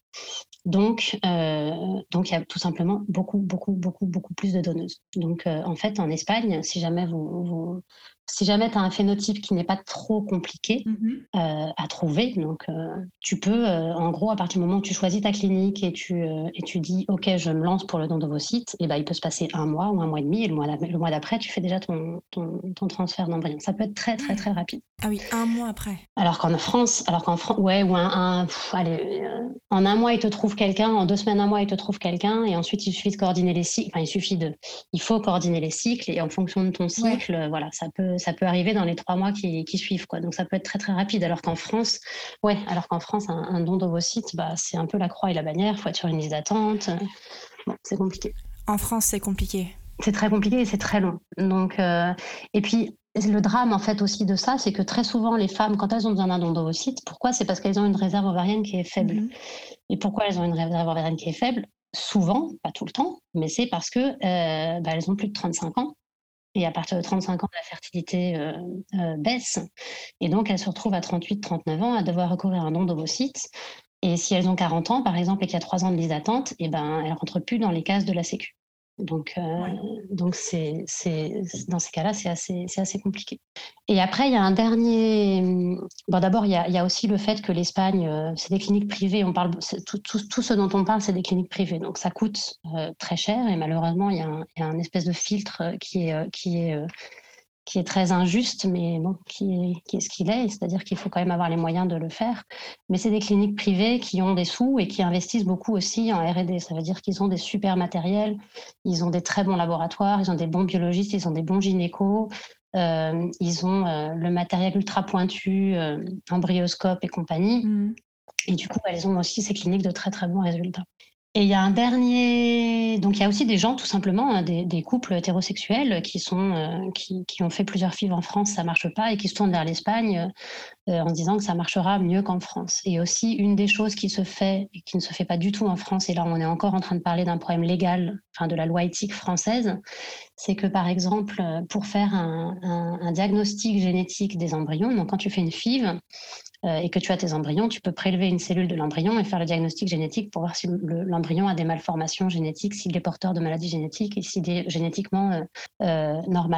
Donc, euh, donc il y a tout simplement beaucoup, beaucoup, beaucoup, beaucoup plus de donneuses. Donc, euh, en fait, en Espagne, si jamais vous, vous si jamais tu as un phénotype qui n'est pas trop compliqué mm-hmm. euh, à trouver, donc euh, tu peux, euh, en gros, à partir du moment où tu choisis ta clinique et tu, euh, et tu dis « Ok, je me lance pour le don d'ovocytes », et ben, il peut se passer un mois ou un mois et demi, et le mois, le mois d'après, tu fais déjà ton, ton, ton transfert d'embryon. Ça peut être très, très, très rapide. Ah oui, un mois après. Alors qu'en France, alors qu'en France, ouais, ou un, un pff, allez, euh, en un mois, il te trouve quelqu'un, en deux semaines, un mois, il te trouve quelqu'un, et ensuite, il suffit de coordonner les cycles, enfin, il suffit de, il faut coordonner les cycles, et en fonction de ton cycle, ouais. voilà, ça peut, ça peut arriver dans les trois mois qui, qui suivent, quoi. Donc, ça peut être très, très rapide, alors qu'en France, ouais, alors qu'en France, un, un don d'ovocytes, bah, c'est un peu la croix et la bannière, il faut être sur une liste d'attente, bon, c'est compliqué. En France, c'est compliqué. C'est très compliqué et c'est très long. Donc, euh, et puis, le drame, en fait, aussi de ça, c'est que très souvent, les femmes, quand elles ont besoin d'un don d'ovocytes, pourquoi ? C'est parce qu'elles ont une réserve ovarienne qui est faible. Mm-hmm. Et pourquoi elles ont une réserve ovarienne qui est faible ? Souvent, pas tout le temps, mais c'est parce que euh, bah, elles ont plus de trente-cinq ans. Et à partir de trente-cinq ans, la fertilité euh, euh, baisse. Et donc, elles se retrouvent à trente-huit trente-neuf ans à devoir recourir à un don d'ovocytes. Et si elles ont quarante ans, par exemple, et qu'il y a trois ans de liste d'attente, eh ben, elles ne rentrent plus dans les cases de la Sécu. Donc, euh, ouais. donc c'est, c'est, dans ces cas-là, c'est assez, c'est assez compliqué. Et après, il y a un dernier... Bon, d'abord, il y a, il y a aussi le fait que l'Espagne, euh, c'est des cliniques privées. On parle, tout, tout, tout ce dont on parle, c'est des cliniques privées. Donc, ça coûte euh, très cher. Et malheureusement, il y a un, il y a un espèce de filtre qui est... Euh, qui est euh, qui est très injuste, mais bon, qui est, qui est ce qu'il est, c'est-à-dire qu'il faut quand même avoir les moyens de le faire. Mais c'est des cliniques privées qui ont des sous et qui investissent beaucoup aussi en R et D. Ça veut dire qu'ils ont des super matériels, ils ont des très bons laboratoires, ils ont des bons biologistes, ils ont des bons gynécos, euh, ils ont euh, le matériel ultra pointu, euh, embryoscope et compagnie. Mmh. Et du coup, elles ont aussi ces cliniques de très très bons résultats. Et il y a un dernier... Donc, il y a aussi des gens, tout simplement, hein, des, des couples hétérosexuels qui, sont, euh, qui, qui ont fait plusieurs FIV en France, ça ne marche pas, et qui se tournent vers l'Espagne euh, en se disant que ça marchera mieux qu'en France. Et aussi, une des choses qui se fait et qui ne se fait pas du tout en France, et là, on est encore en train de parler d'un problème légal, enfin, de la loi éthique française, c'est que, par exemple, pour faire un, un, un diagnostic génétique des embryons, donc quand tu fais une FIV, Euh, et que tu as tes embryons, tu peux prélever une cellule de l'embryon et faire le diagnostic génétique pour voir si le, l'embryon a des malformations génétiques, s'il est porteur de maladies génétiques et s'il est génétiquement euh, euh, normal.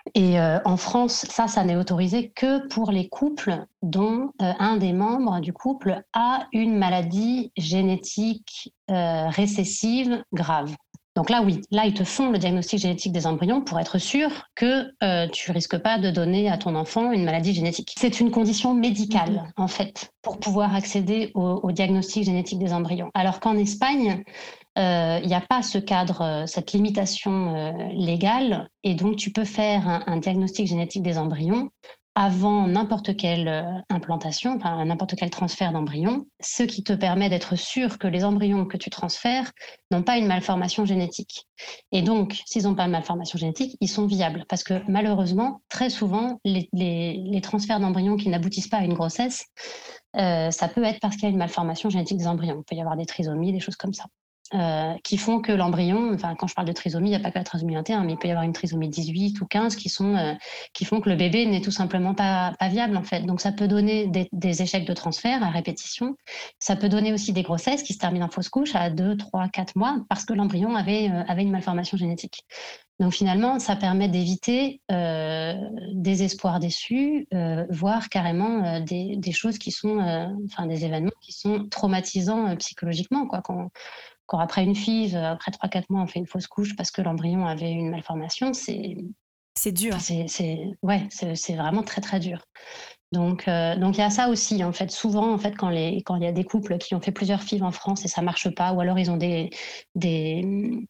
Et euh, en France, ça, ça n'est autorisé que pour les couples dont euh, un des membres du couple a une maladie génétique euh, récessive grave. Donc là, oui, là, ils te font le diagnostic génétique des embryons pour être sûr que euh, tu risques pas de donner à ton enfant une maladie génétique. C'est une condition médicale, mmh. en fait, pour pouvoir accéder au, au diagnostic génétique des embryons. Alors qu'en Espagne, il euh, n'y a pas ce cadre, euh, cette limitation euh, légale, et donc tu peux faire un, un diagnostic génétique des embryons avant n'importe quelle euh, implantation, enfin n'importe quel transfert d'embryon, ce qui te permet d'être sûr que les embryons que tu transfères n'ont pas une malformation génétique. Et donc, s'ils n'ont pas une malformation génétique, ils sont viables. Parce que malheureusement, très souvent, les, les, les transferts d'embryons qui n'aboutissent pas à une grossesse, euh, ça peut être parce qu'il y a une malformation génétique des embryons. Il peut y avoir des trisomies, des choses comme ça. Euh, qui font que l'embryon, enfin quand je parle de trisomie, il n'y a pas que la trisomie vingt et un, mais il peut y avoir une trisomie dix-huit ou quinze qui, sont, euh, qui font que le bébé n'est tout simplement pas, pas viable en fait. Donc ça peut donner des, des échecs de transfert à répétition, ça peut donner aussi des grossesses qui se terminent en fausse couche à deux, trois, quatre mois parce que l'embryon avait, euh, avait une malformation génétique. Donc finalement, ça permet d'éviter euh, des espoirs déçus, euh, voire carrément euh, des, des choses qui sont, euh, enfin des événements qui sont traumatisants euh, psychologiquement, quoi. Quand, quand après une fille, après trois quatre mois, on fait une fausse couche parce que l'embryon avait une malformation, c'est c'est dur. C'est, c'est ouais, c'est, c'est vraiment très très dur. Donc, euh, donc il y a ça aussi en fait. Souvent en fait, quand les quand il y a des couples qui ont fait plusieurs F I V en France et ça marche pas, ou alors ils ont des des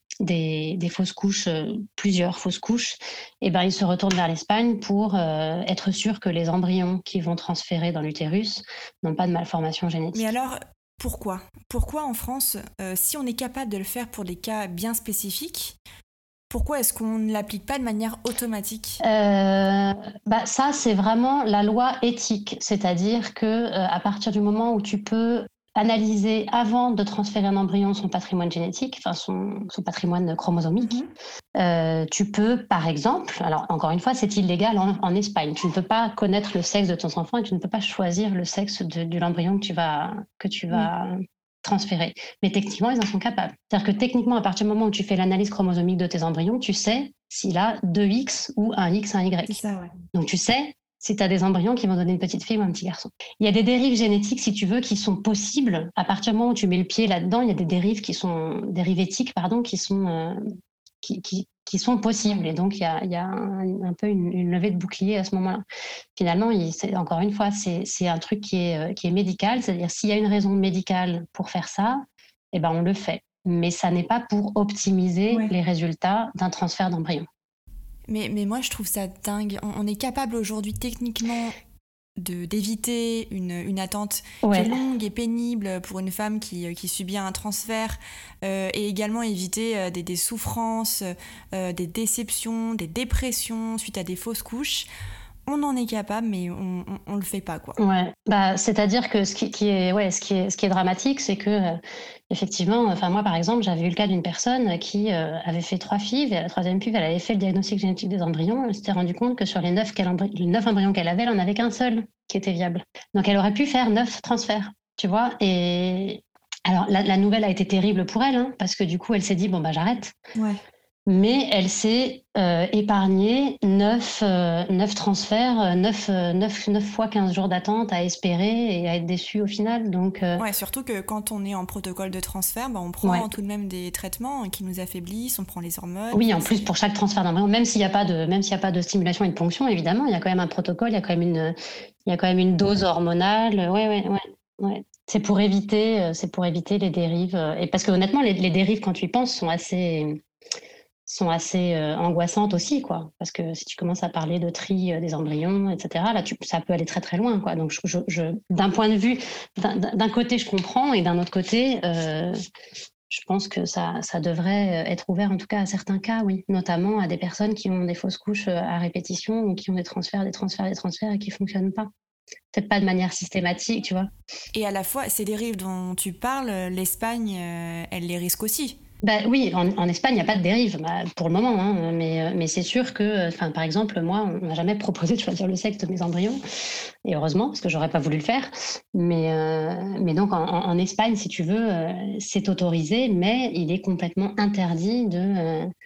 des, des fausses couches, euh, plusieurs fausses couches, et ben ils se retournent vers l'Espagne pour euh, être sûr que les embryons qui vont transférer dans l'utérus n'ont pas de malformation génétique. Mais alors, pourquoi Pourquoi en France, euh, si on est capable de le faire pour des cas bien spécifiques, pourquoi est-ce qu'on ne l'applique pas de manière automatique ? euh, bah ça, c'est vraiment la loi éthique. C'est-à-dire que euh, à partir du moment où tu peux analyser avant de transférer un embryon son patrimoine génétique, enfin son, son patrimoine chromosomique, mmh. euh, tu peux, par exemple, alors encore une fois, c'est illégal en, en Espagne. Tu ne peux pas connaître le sexe de ton enfant et tu ne peux pas choisir le sexe de, de l'embryon que tu vas, que tu vas mmh. transférer. Mais techniquement, ils en sont capables. C'est-à-dire que techniquement, à partir du moment où tu fais l'analyse chromosomique de tes embryons, tu sais s'il a deux X ou un X, un Y. C'est ça, ouais. Donc tu sais si tu as des embryons qui vont donner une petite fille ou un petit garçon. Il y a des dérives génétiques, si tu veux, qui sont possibles. À partir du moment où tu mets le pied là-dedans, il y a des dérives qui sont, dérives éthiques, pardon, qui sont, euh, qui, qui, qui sont possibles. Et donc, il y a, il y a un, un peu une, une levée de bouclier à ce moment-là. Finalement, il, c'est, encore une fois, c'est, c'est un truc qui est, qui est médical. C'est-à-dire, s'il y a une raison médicale pour faire ça, eh ben, on le fait. Mais ça n'est pas pour optimiser ouais. les résultats d'un transfert d'embryon. Mais, mais moi, je trouve ça dingue. On, on est capable aujourd'hui, techniquement, de, d'éviter une, une attente ouais. qui est longue et pénible pour une femme qui, qui subit un transfert euh, et également éviter euh, des, des souffrances, euh, des déceptions, des dépressions suite à des fausses couches. On en est capable, mais on, on, on le fait pas, quoi. Ouais. Bah, c'est-à-dire que ce qui, qui est, ouais, ce qui est, ce qui est dramatique, c'est que euh, effectivement, enfin moi par exemple, j'avais eu le cas d'une personne qui euh, avait fait trois F I V et à la troisième F I V, elle avait fait le diagnostic génétique des embryons. Elle s'était rendue compte que sur les neuf, embry- les neuf embryons qu'elle avait, elle en avait qu'un seul qui était viable. Donc elle aurait pu faire neuf transferts, tu vois. Et alors la, la nouvelle a été terrible pour elle, hein, parce que du coup, elle s'est dit bon bah j'arrête. Ouais. Mais elle s'est euh, épargnée neuf, euh, neuf transferts, neuf, euh, neuf, neuf fois quinze jours d'attente à espérer et à être déçue au final. Donc, euh... ouais, surtout que quand on est en protocole de transfert, bah, on prend ouais. tout de même des traitements qui nous affaiblissent, on prend les hormones. Oui, en plus, pour chaque transfert d'embryon, même s'il n'y a pas de, même s'il n'y a pas de stimulation et de ponction, évidemment, il y a quand même un protocole, il y a quand même une, il y a quand même une dose hormonale. Ouais, ouais, ouais. ouais. C'est pour éviter, c'est pour éviter les dérives. Et parce que honnêtement, les, les dérives, quand tu y penses, sont assez... sont assez euh, angoissantes aussi, quoi. Parce que si tu commences à parler de tri euh, des embryons, et cetera, là, tu, ça peut aller très, très loin, quoi. Donc, je, je, je, d'un point de vue, d'un, d'un côté, je comprends, et d'un autre côté, euh, je pense que ça, ça devrait être ouvert, en tout cas, à certains cas, oui. Notamment à des personnes qui ont des fausses couches à répétition ou qui ont des transferts, des transferts, des transferts et qui ne fonctionnent pas. Peut-être pas de manière systématique, tu vois. Et à la fois, ces dérives dont tu parles, l'Espagne, euh, elle les risque aussi. Bah oui, en, en Espagne, il n'y a pas de dérive, bah, pour le moment, hein, mais, mais c'est sûr que, enfin, par exemple, moi, on m'a jamais proposé de choisir le sexe de mes embryons, et heureusement, parce que j'aurais pas voulu le faire. Mais, euh, mais donc, en, en Espagne, si tu veux, euh, c'est autorisé, mais il est complètement interdit de, euh,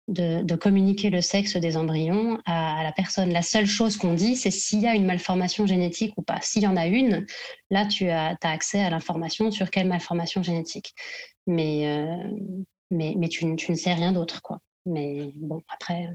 de, de communiquer le sexe des embryons à, à la personne. La seule chose qu'on dit, c'est s'il y a une malformation génétique ou pas. S'il y en a une, là, tu as, t'as accès à l'information sur quelle malformation génétique. Mais, euh, mais, mais tu, tu ne sais rien d'autre, quoi. Mais bon, après...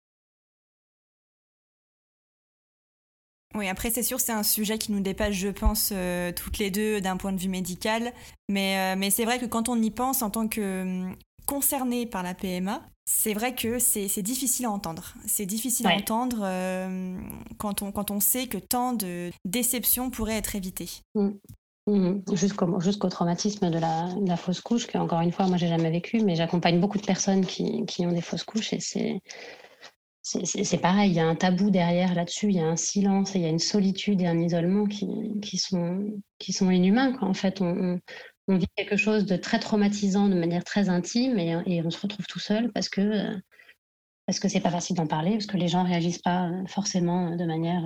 Oui, après, c'est sûr, c'est un sujet qui nous dépasse, je pense, euh, toutes les deux d'un point de vue médical. Mais, euh, mais c'est vrai que quand on y pense en tant que euh, concerné par la P M A, c'est vrai que c'est, c'est difficile à entendre. C'est difficile ouais. à entendre euh, quand, on, quand on sait que tant de déceptions pourraient être évitées. Mmh. Mmh. Jusqu'au, jusqu'au traumatisme de la, de la fausse couche, que encore une fois, moi, j'ai jamais vécu, mais j'accompagne beaucoup de personnes qui, qui ont des fausses couches et c'est... C'est, c'est, c'est pareil, il y a un tabou derrière là-dessus, il y a un silence, il y a une solitude et un isolement qui, qui, sont, qui sont inhumains, quoi. En fait, on, on, on vit quelque chose de très traumatisant de manière très intime et, et on se retrouve tout seul parce que, parce que c'est pas facile d'en parler, parce que les gens réagissent pas forcément de manière,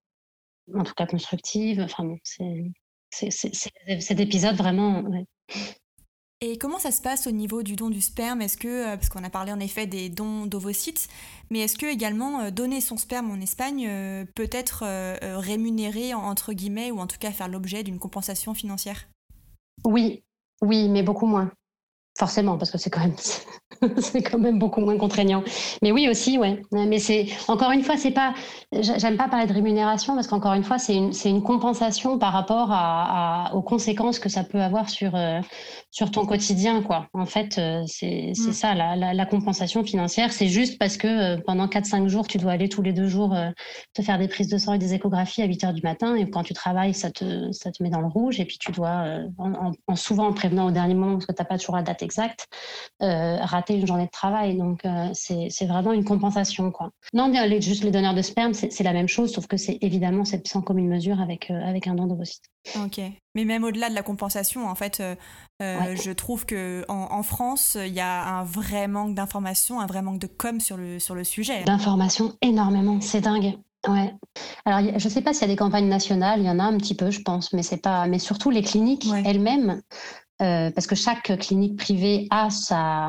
en tout cas constructive. Enfin bon, c'est, c'est, c'est, c'est cet épisode vraiment... Ouais. Et comment ça se passe au niveau du don du sperme ? Est-ce que, parce qu'on a parlé en effet des dons d'ovocytes, mais est-ce que également donner son sperme en Espagne euh, peut être euh, rémunéré entre guillemets ou en tout cas faire l'objet d'une compensation financière ? Oui, oui, mais beaucoup moins. Forcément, parce que c'est quand même, c'est quand même beaucoup moins contraignant. Mais oui aussi, ouais. Mais c'est, encore une fois, c'est pas, j'aime pas parler de rémunération parce qu'encore une fois, c'est une, c'est une compensation par rapport à, à, aux conséquences que ça peut avoir sur, euh, sur ton quotidien, quoi. En fait, euh, c'est, c'est mmh. ça, la, la, la compensation financière. C'est juste parce que euh, pendant quatre cinq jours, tu dois aller tous les deux jours euh, te faire des prises de sang et des échographies à huit heures du matin. Et quand tu travailles, ça te, ça te met dans le rouge. Et puis tu dois, euh, en, en, en souvent en prévenant au dernier moment parce que t'as pas toujours la date exact, euh, rater une journée de travail. Donc, euh, c'est, c'est vraiment une compensation, quoi. Non, les, juste les donneurs de sperme, c'est, c'est la même chose, sauf que c'est évidemment c'est sans commune mesure avec, euh, avec un don d'ovocytes. Ok. Mais même au-delà de la compensation, en fait, euh, ouais. je trouve qu'en en France, il y a un vrai manque d'informations, un vrai manque de com sur le, sur le sujet. D'informations, énormément. C'est dingue. Ouais. Alors, je ne sais pas s'il y a des campagnes nationales, il y en a un petit peu, je pense, mais c'est pas. Mais surtout les cliniques ouais. elles-mêmes. Euh, parce que chaque clinique privée a sa,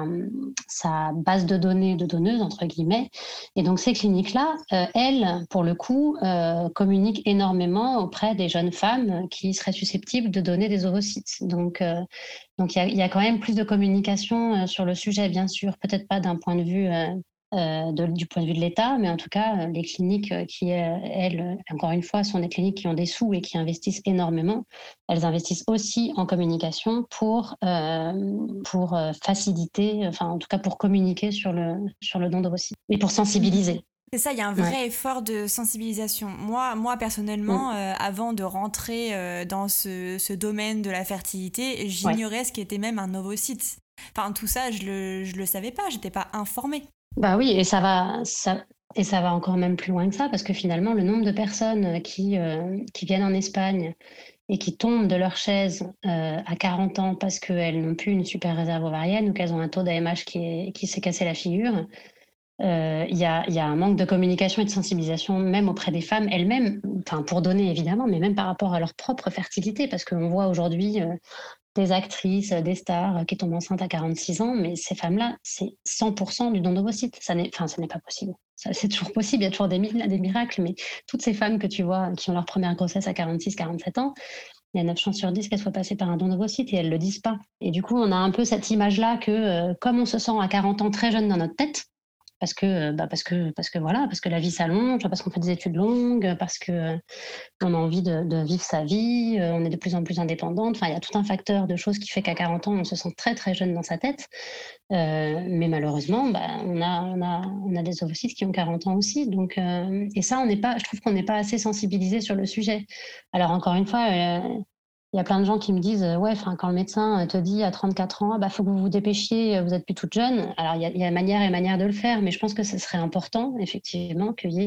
sa base de données de donneuses, entre guillemets. Et donc, ces cliniques-là, euh, elles, pour le coup, euh, communiquent énormément auprès des jeunes femmes qui seraient susceptibles de donner des ovocytes. Donc, euh, donc il y, y a quand même plus de communication euh, sur le sujet, bien sûr. Peut-être pas d'un point de vue... Euh, Euh, de, du point de vue de l'État, mais en tout cas, les cliniques qui, elles, encore une fois, sont des cliniques qui ont des sous et qui investissent énormément. Elles investissent aussi en communication pour, euh, pour faciliter, enfin, en tout cas, pour communiquer sur le, sur le don d'ovocytes et pour sensibiliser. C'est ça, il y a un vrai ouais. effort de sensibilisation. Moi, moi personnellement, mmh. euh, avant de rentrer euh, dans ce, ce domaine de la fertilité, j'ignorais ouais. ce qu'était même un ovocyte. Enfin, tout ça, je le, je le savais pas, j'étais pas informée. Bah oui, et ça va, ça, et ça va encore même plus loin que ça, parce que finalement, le nombre de personnes qui, euh, qui viennent en Espagne et qui tombent de leur chaise euh, à quarante ans parce qu'elles n'ont plus une super réserve ovarienne ou qu'elles ont un taux d'A M H qui, est, qui s'est cassé la figure, il euh, y, a, y a un manque de communication et de sensibilisation même auprès des femmes elles-mêmes, enfin pour donner évidemment, mais même par rapport à leur propre fertilité, parce qu'on voit aujourd'hui... Euh, des actrices, des stars qui tombent enceintes à quarante-six ans, mais ces femmes-là, c'est cent pour cent du don d'ovocytes. Ça n'est, enfin, ça n'est pas possible. Ça, c'est toujours possible, il y a toujours des, des miracles, mais toutes ces femmes que tu vois qui ont leur première grossesse à quarante-six quarante-sept ans, il y a neuf chances sur dix qu'elles soient passées par un don d'ovocytes et elles ne le disent pas. Et du coup, on a un peu cette image-là que, euh, comme on se sent à quarante ans très jeune dans notre tête, parce que, bah parce que, parce que voilà, parce que la vie s'allonge, parce qu'on fait des études longues, parce que euh, on a envie de, de vivre sa vie, euh, on est de plus en plus indépendante. Enfin, il y a tout un facteur de choses qui fait qu'à quarante ans, on se sent très très jeune dans sa tête. Euh, mais malheureusement, bah, on a, on a, on a des ovocytes qui ont quarante ans aussi. Donc, euh, et ça, on n'est pas, je trouve qu'on n'est pas assez sensibilisé sur le sujet. Alors encore une fois. Euh, Il y a plein de gens qui me disent euh, ouais, quand le médecin te dit à trente-quatre ans, bah faut que vous vous dépêchiez, vous êtes plus toute jeune. Alors il y a, il y a manière et manière de le faire, mais je pense que ce serait important effectivement qu'il y ait un,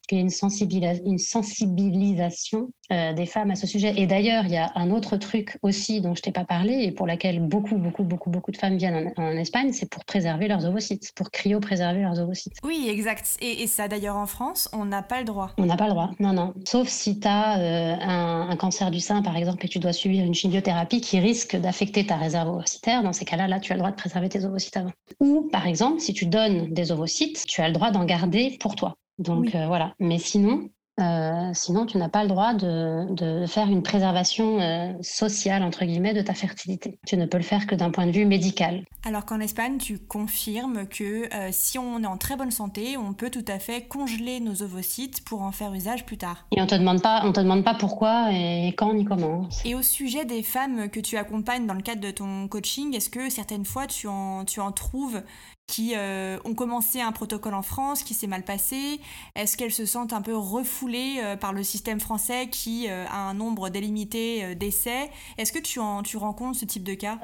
qu'il y ait une, sensibilis- une sensibilisation euh, des femmes à ce sujet. Et d'ailleurs, il y a un autre truc aussi dont je t'ai pas parlé et pour laquelle beaucoup, beaucoup, beaucoup, beaucoup de femmes viennent en, en Espagne, c'est pour préserver leurs ovocytes, pour cryopréserver leurs ovocytes. Oui, exact. Et, et ça, d'ailleurs, en France, on n'a pas le droit. On n'a pas le droit, non, non. Sauf si tu as euh, un, un cancer du sein, par exemple, et tu dois subir une chimiothérapie qui risque d'affecter ta réserve ovocytaire. Dans ces cas-là, là, tu as le droit de préserver tes ovocytes avant. Ou, par exemple, si tu donnes des ovocytes, tu as le droit d'en garder pour toi. Donc, oui. euh, voilà. Mais sinon... Euh, sinon, tu n'as pas le droit de, de faire une préservation euh, sociale, entre guillemets, de ta fertilité. Tu ne peux le faire que d'un point de vue médical. Alors qu'en Espagne, tu confirmes que euh, si on est en très bonne santé, on peut tout à fait congeler nos ovocytes pour en faire usage plus tard. Et on te demande pas, on te demande pas pourquoi et quand ni comment. Et au sujet des femmes que tu accompagnes dans le cadre de ton coaching, est-ce que certaines fois tu en, tu en trouves qui euh, ont commencé un protocole en France, qui s'est mal passé? Est-ce qu'elles se sentent un peu refoulées euh, par le système français qui euh, a un nombre délimité euh, d'essais? Est-ce que tu, en, tu rencontres ce type de cas?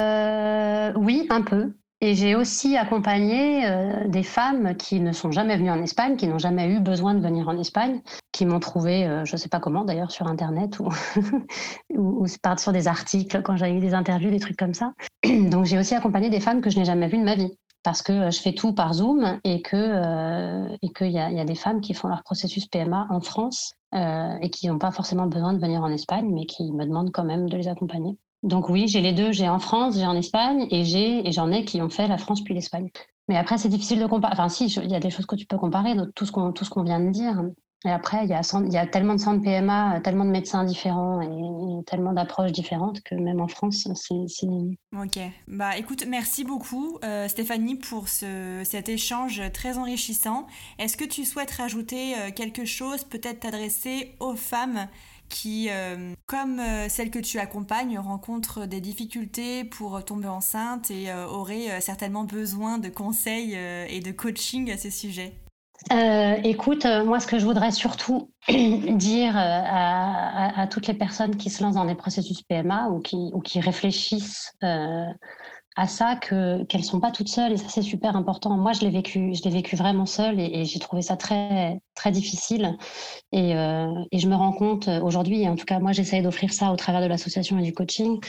euh, Oui, un peu. Et j'ai aussi accompagné euh, des femmes qui ne sont jamais venues en Espagne, qui n'ont jamais eu besoin de venir en Espagne, qui m'ont trouvé, euh, je ne sais pas comment d'ailleurs, sur Internet ou, ou, ou sur des articles, quand j'avais eu des interviews, des trucs comme ça. Donc j'ai aussi accompagné des femmes que je n'ai jamais vues de ma vie. Parce que je fais tout par Zoom et que euh, et qu'il y a, y a des femmes qui font leur processus P M A en France euh, et qui n'ont pas forcément besoin de venir en Espagne, mais qui me demandent quand même de les accompagner. Donc oui, j'ai les deux, j'ai en France, j'ai en Espagne et j'ai et j'en ai qui ont fait la France puis l'Espagne. Mais après, c'est difficile de comparer. Enfin si, il y a des choses que tu peux comparer, tout ce qu'on tout ce qu'on vient de dire. Et après, il y a, il y a tellement de centres P M A, tellement de médecins différents et, et tellement d'approches différentes que même en France, c'est... c'est... Ok. Bah écoute, merci beaucoup euh, Stéphanie pour ce, cet échange très enrichissant. Est-ce que tu souhaites rajouter euh, quelque chose, peut-être t'adresser aux femmes qui, euh, comme euh, celles que tu accompagnes, rencontrent des difficultés pour tomber enceinte et euh, auraient euh, certainement besoin de conseils euh, et de coaching à ce sujet? Euh, écoute, euh, moi, ce que je voudrais surtout dire euh, à, à, à toutes les personnes qui se lancent dans des processus P M A ou qui, ou qui réfléchissent euh, à ça, que, qu'elles ne sont pas toutes seules, et ça, c'est super important. Moi, je l'ai vécu, je l'ai vécu vraiment seule et, et j'ai trouvé ça très, très difficile. Et, euh, et je me rends compte aujourd'hui, et en tout cas, moi, j'essaye d'offrir ça au travers de l'association et du coaching,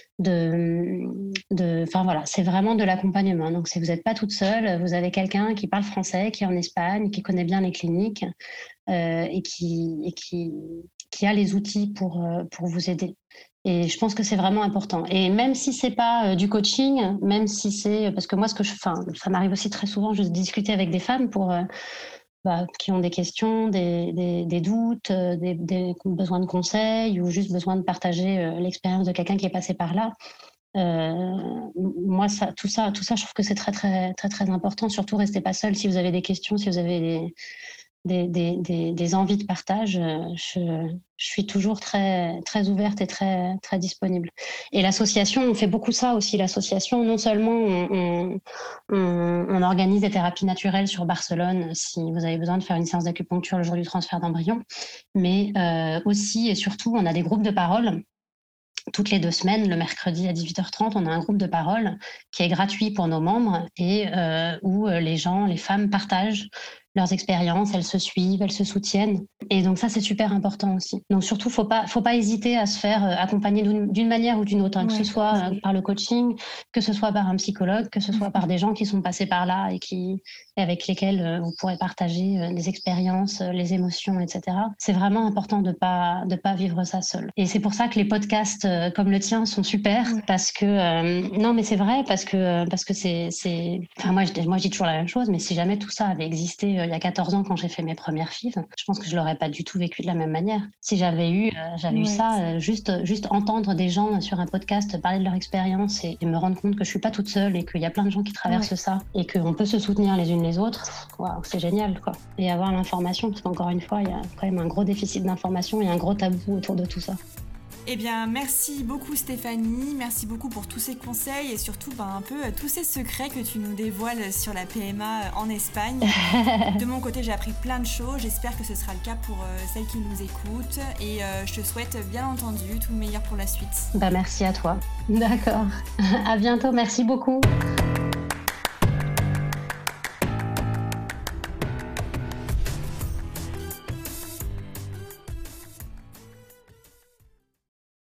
de, de, enfin voilà, c'est vraiment de l'accompagnement. Donc, si vous n'êtes pas toute seule, vous avez quelqu'un qui parle français, qui est en Espagne, qui connaît bien les cliniques euh, et qui, et qui, qui a les outils pour, pour vous aider. Et je pense que c'est vraiment important. Et même si c'est pas euh, du coaching, même si c'est... Parce que moi, ce que je, enfin, ça m'arrive aussi très souvent de discuter avec des femmes pour, euh, bah, qui ont des questions, des, des, des doutes, euh, des, des besoins de conseils ou juste besoin de partager euh, l'expérience de quelqu'un qui est passé par là. Euh, moi, ça, tout, ça, tout ça, je trouve que c'est très, très, très, très important. Surtout, restez pas seul si vous avez des questions, si vous avez des... Des, des, des, des envies de partage, je, je suis toujours très, très ouverte et très, très disponible. Et l'association, on fait beaucoup ça aussi. L'association, non seulement on, on, on organise des thérapies naturelles sur Barcelone si vous avez besoin de faire une séance d'acupuncture le jour du transfert d'embryon, mais euh, aussi et surtout, on a des groupes de parole. Toutes les deux semaines, le mercredi à dix-huit heures trente, on a un groupe de parole qui est gratuit pour nos membres et euh, où les gens, les femmes partagent leurs expériences, elles se suivent, elles se soutiennent. Et donc ça, c'est super important aussi. Donc surtout, faut pas, faut pas hésiter à se faire accompagner d'une, d'une manière ou d'une autre, hein, que ouais, ce soit euh, par le coaching, que ce soit par un psychologue, que ce soit par des gens qui sont passés par là et qui, et avec lesquels euh, vous pourrez partager euh, les expériences, euh, les émotions, et cetera. C'est vraiment important de pas, de pas vivre ça seul. Et c'est pour ça que les podcasts euh, comme le tien sont super, ouais. parce que euh, non, mais c'est vrai, parce que parce que c'est, c'est, enfin moi, je, moi, je dis toujours la même chose, mais si jamais tout ça avait existé euh, il y a quatorze ans quand j'ai fait mes premières F I V, je pense que je l'aurais pas du tout vécu de la même manière. Si j'avais eu, euh, j'avais ouais, eu ça, euh, juste, juste entendre des gens sur un podcast parler de leur expérience et, et me rendre compte que je suis pas toute seule et qu'il y a plein de gens qui traversent ouais. ça et qu'on peut se soutenir les unes les autres, wow, c'est génial, quoi. Et avoir l'information, parce qu'encore une fois, il y a quand même un gros déficit d'information et un gros tabou autour de tout ça. Eh bien, merci beaucoup Stéphanie, merci beaucoup pour tous ces conseils et surtout ben, un peu tous ces secrets que tu nous dévoiles sur la P M A en Espagne. De mon côté, j'ai appris plein de choses, j'espère que ce sera le cas pour euh, celles qui nous écoutent et euh, je te souhaite bien entendu tout le meilleur pour la suite. Bah, merci à toi. D'accord. À bientôt, merci beaucoup.